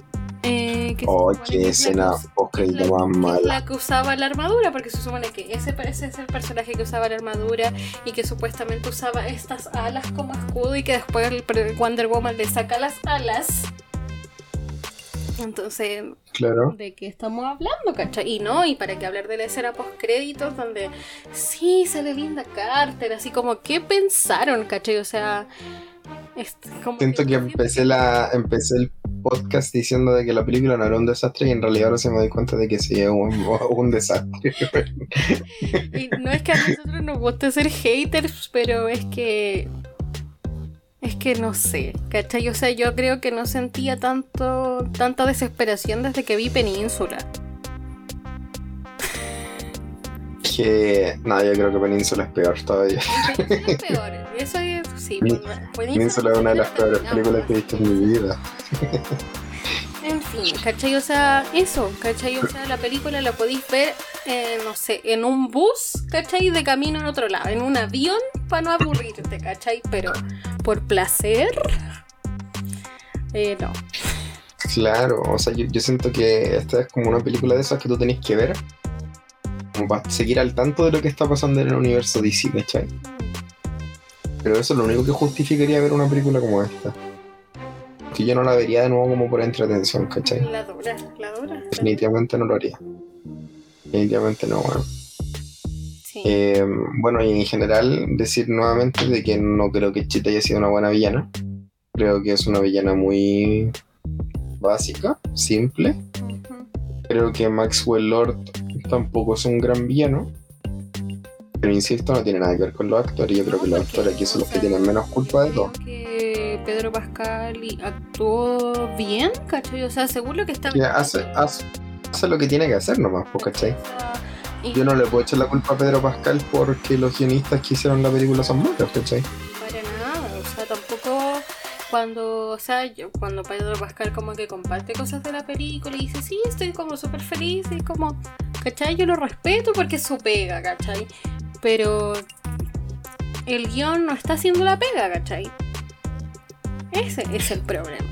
Qué escena post-crédito más mala. La que usaba la armadura, porque se supone que ese es el personaje que usaba la armadura y que supuestamente usaba estas alas como escudo y que después el Wonder Woman le saca las alas. Entonces, claro. ¿De qué estamos hablando, cachai? Y para qué hablar de la escena post-créditos donde sí sale Linda Carter, así como, ¿qué pensaron, cachai? O sea... Siento que empecé el podcast diciendo de que la película no era un desastre y en realidad ahora se me doy cuenta de que sí es un desastre. Y no es que a nosotros nos guste ser haters, pero es que no sé, ¿cachai? O sea, yo creo que no sentía tanta desesperación desde que vi Península. Yo creo que Península es peor todavía. Península es peor, eso es, sí. Península es una de las peores películas que he visto en mi vida. En fin, ¿cachai? O sea, eso, ¿cachai? O sea, la película la podéis ver, no sé, en un bus, ¿cachai? De camino en otro lado, en un avión, para no aburrirte, ¿cachai? Pero por placer, no. Claro, o sea, yo siento que esta es como una película de esas que tú tenés que ver como para seguir al tanto de lo que está pasando en el universo DC, ¿cachai? Pero eso es lo único que justificaría ver una película como esta. Que yo no la vería de nuevo como por entretención, ¿cachai? La dura. Definitivamente no lo haría. Definitivamente no, bueno. Sí. Bueno, y en general decir nuevamente de que no creo que Cheetah haya sido una buena villana. Creo que es una villana muy básica, simple. Uh-huh. Creo que Maxwell Lord tampoco es un gran villano. Pero insisto, no tiene nada que ver con los actores. Yo creo que los actores aquí son los que tienen menos culpa de todo. Que Pedro Pascal actuó bien, ¿cachai? O sea, según lo que está... Hace lo que tiene que hacer nomás, ¿cachai? Yo no le puedo echar la culpa a Pedro Pascal porque los guionistas que hicieron la película son malos, ¿cachai? Para nada, o sea, tampoco... Cuando Pedro Pascal como que comparte cosas de la película y dice, sí, estoy como súper feliz y como, ¿cachai? Yo lo respeto porque es su pega, ¿cachai? Pero el guión no está haciendo la pega, ¿cachai? Ese es el problema.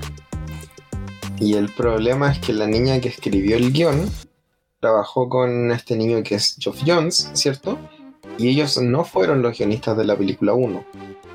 Y el problema es que la niña que escribió el guión trabajó con este niño que es Geoff Johns, ¿cierto? Y ellos no fueron los guionistas de la película 1.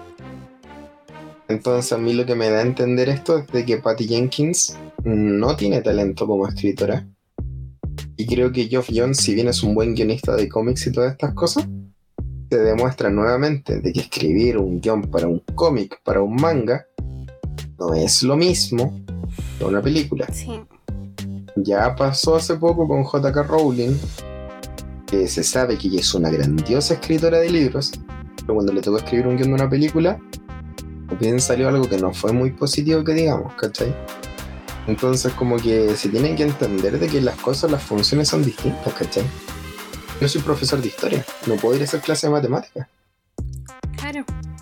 Entonces a mí lo que me da a entender esto es de que Patty Jenkins no tiene talento como escritora. Y creo que Geoff Johns, si bien es un buen guionista de cómics y todas estas cosas, se demuestra nuevamente de que escribir un guión para un cómic, para un manga, no es lo mismo que una película. Sí. Ya pasó hace poco con J.K. Rowling, que se sabe que ella es una grandiosa escritora de libros, pero cuando le tocó escribir un guión de una película, bien salió algo que no fue muy positivo que digamos, ¿cachai? Entonces como que se tiene que entender de que las cosas, las funciones son distintas, ¿cachai? Yo soy profesor de historia, no puedo ir a hacer clase de matemáticas. Claro.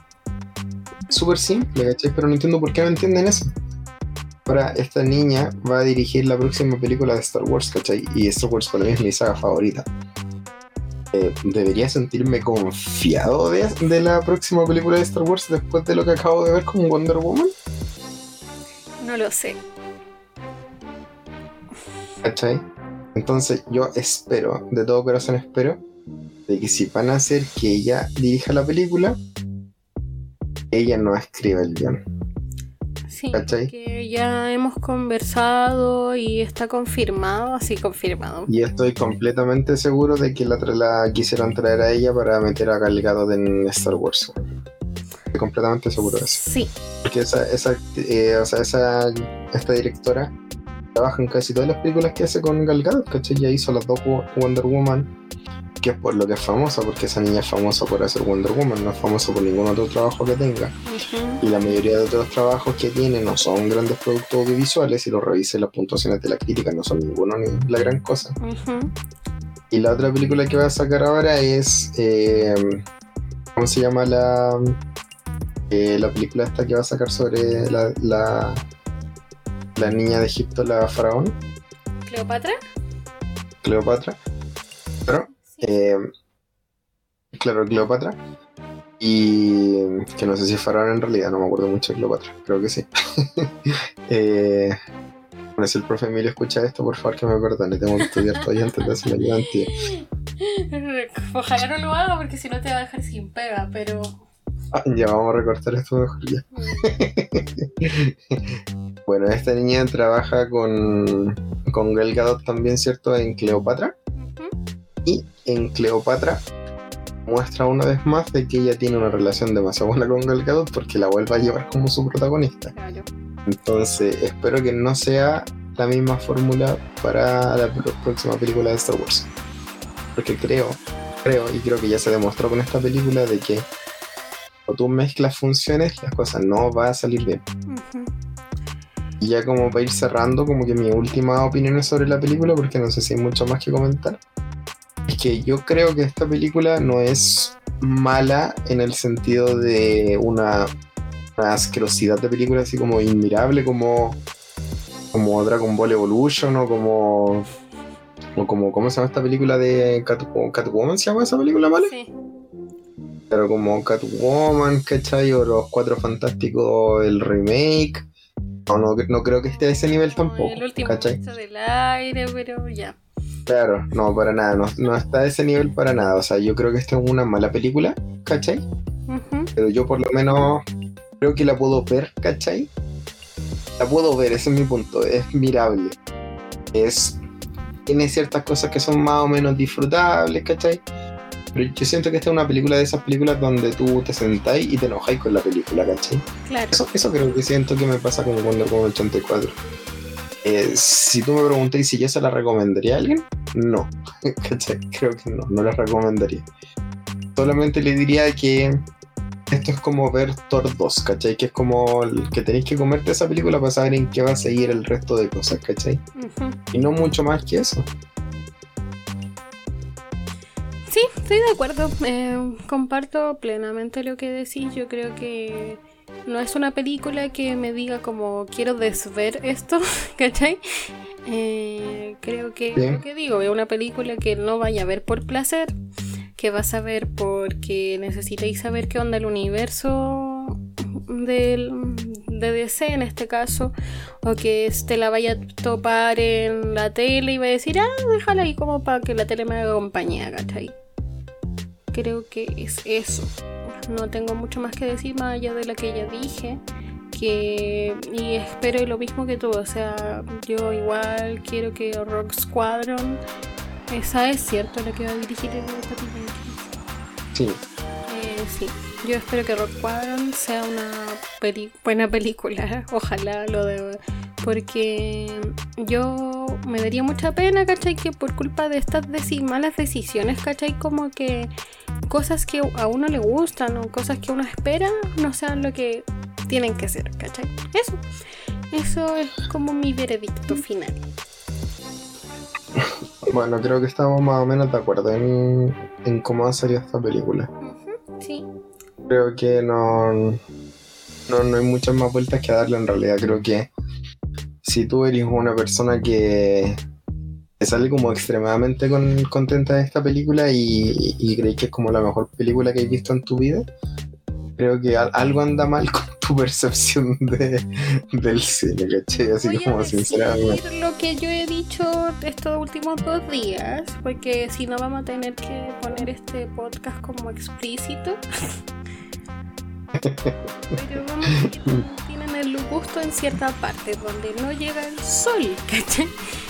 Súper simple, ¿cachai? Pero no entiendo por qué no entienden eso. Ahora, esta niña va a dirigir la próxima película de Star Wars, ¿cachai? Y Star Wars para mí es mi saga favorita. ¿Debería sentirme confiado de la próxima película de Star Wars después de lo que acabo de ver con Wonder Woman? No lo sé. ¿Cachai? Entonces yo espero, de todo corazón espero, de que si van a hacer que ella dirija la película, ella no escriba el guión. Sí, ¿Cachai? que ya hemos conversado y está confirmado, así confirmado. Y estoy completamente seguro de que la quisieron traer a ella para meter a Gal Gadot en Star Wars. Estoy completamente seguro de eso. Sí, Porque esta directora trabaja en casi todas las películas que hace con Gal Gadot, ¿cachai? Ya hizo las dos Wonder Woman, que es por lo que es famosa, porque esa niña es famosa por hacer Wonder Woman, no es famosa por ningún otro trabajo que tenga. ujú, Y la mayoría de otros trabajos que tiene no son grandes productos audiovisuales, si lo revisé las puntuaciones de la crítica no son ninguno ni la gran cosa. ujú. Y la otra película que va a sacar ahora es ¿cómo se llama la película esta que va a sacar sobre la niña de Egipto, la faraón, ¿Cleopatra? Cleopatra? Claro, Sí. claro, Cleopatra. Y que no sé si es faraón en realidad, no me acuerdo mucho de Cleopatra, creo que sí. Bueno, si el profe Emilio escucha esto, por favor que me perdone, tengo que estudiar todavía antes de hacer la ayudantía. Ojalá no lo haga porque si no te va a dejar sin pega, pero... Ya vamos a recortar esto mejor ya. Bueno, esta niña trabaja con Gal Gadot también, ¿cierto? En Cleopatra. Ujú. Y en Cleopatra muestra una vez más de que ella tiene una relación demasiado buena con Gal Gadot porque la vuelve a llevar como su protagonista. Claro. Entonces espero que no sea la misma fórmula para la próxima película de Star Wars. Porque creo y creo que ya se demostró con esta película de que cuando tú mezclas funciones las cosas no van a salir bien. Ujú. Y ya como para ir cerrando, como que mi última opinión sobre la película, porque no sé si hay mucho más que comentar, es que yo creo que esta película no es mala en el sentido de una asquerosidad de película así como inmirable como Dragon Ball Evolution o como ¿cómo se llama esta película de Catwoman? ¿Se llama esa película mala? Sí. Pero como Catwoman, ¿cachai? O Los Cuatro Fantásticos, el remake. No creo que esté a ese nivel tampoco, El último ¿cachai? gesto del aire, pero ya. Claro, no, para nada, no está a ese nivel para nada. O sea, yo creo que esta es una mala película, ¿cachai? Ujú. Pero yo por lo menos creo que la puedo ver, ¿cachai? La puedo ver, ese es mi punto, es mirable. Tiene ciertas cosas que son más o menos disfrutables, ¿cachai? Pero yo siento que esta es una película de esas películas donde tú te sentáis y te enojáis con la película, ¿cachai? Claro. Eso creo que siento que me pasa con Wonder Woman 84. Si tú me preguntáis si yo se la recomendaría a alguien, no. ¿Cachai? Creo que no la recomendaría. Solamente le diría que esto es como ver Thor 2, ¿cachai? Que es como que tenéis que comerte esa película para saber en qué va a seguir el resto de cosas, ¿cachai? Ujú. Y no mucho más que eso. Sí, estoy de acuerdo. Comparto plenamente lo que decís. Yo creo que no es una película que me diga como quiero desver esto, ¿cachai? Creo que Sí. lo que digo, es una película que no vaya a ver por placer, que vas a ver porque necesitáis saber qué onda el universo de DC en este caso, o que te la vaya a topar en la tele y va a decir, déjala ahí como para que la tele me haga compañía, ¿cachai? Creo que es eso. No tengo mucho más que decir más allá de lo que ya dije. Y espero lo mismo que tú. O sea, yo igual quiero que Rogue Squadron, esa es cierto la que va a dirigir esta película. Sí. Sí, yo espero que Rogue Squadron sea una buena película. Ojalá porque yo me daría mucha pena, ¿cachai? Que por culpa de estas malas decisiones, ¿cachai? Como que cosas que a uno le gustan o cosas que uno espera no sean lo que tienen que ser, ¿cachai? Eso es como mi veredicto final. Bueno, creo que estamos más o menos de acuerdo en cómo va a salir esta película. Sí. Creo que no hay muchas más vueltas que darle en realidad. Creo que si tú eres una persona que sale como extremadamente contenta de esta película y crees que es como la mejor película que has visto en tu vida, creo que algo anda mal tu percepción del cine, ¿cachai? Así Voy como a decir sinceramente. lo que yo he dicho estos últimos 2 días, porque si no vamos a tener que poner este podcast como explícito. Pero vamos a decir que tienen el gusto en cierta parte donde no llega el sol, ¿cachai?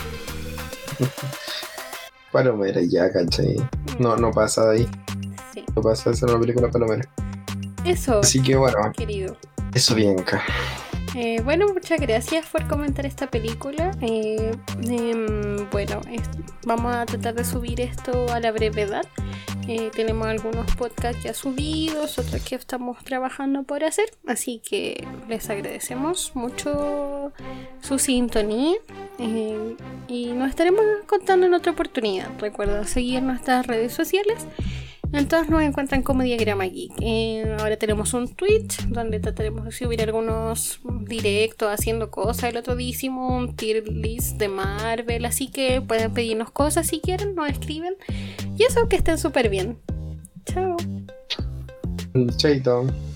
Palomera ya, ¿cachai? No pasa de ahí. Sí. No pasa de ser una película palomera. Eso, Así que bueno, querido. eso bien, acá. Bueno, muchas gracias por comentar esta película. Bueno, vamos a tratar de subir esto a la brevedad. Tenemos algunos podcasts ya subidos, otros que estamos trabajando por hacer. Así que les agradecemos mucho su sintonía. Y nos estaremos contando en otra oportunidad. Recuerda seguir nuestras redes sociales. Entonces nos encuentran como Diagrama Geek. Ahora tenemos un Twitch donde trataremos de subir algunos directos haciendo cosas. El otro día hicimos un tier list de Marvel, así que pueden pedirnos cosas si quieren, nos escriben. Y eso, que estén súper bien. Chao. Chaito.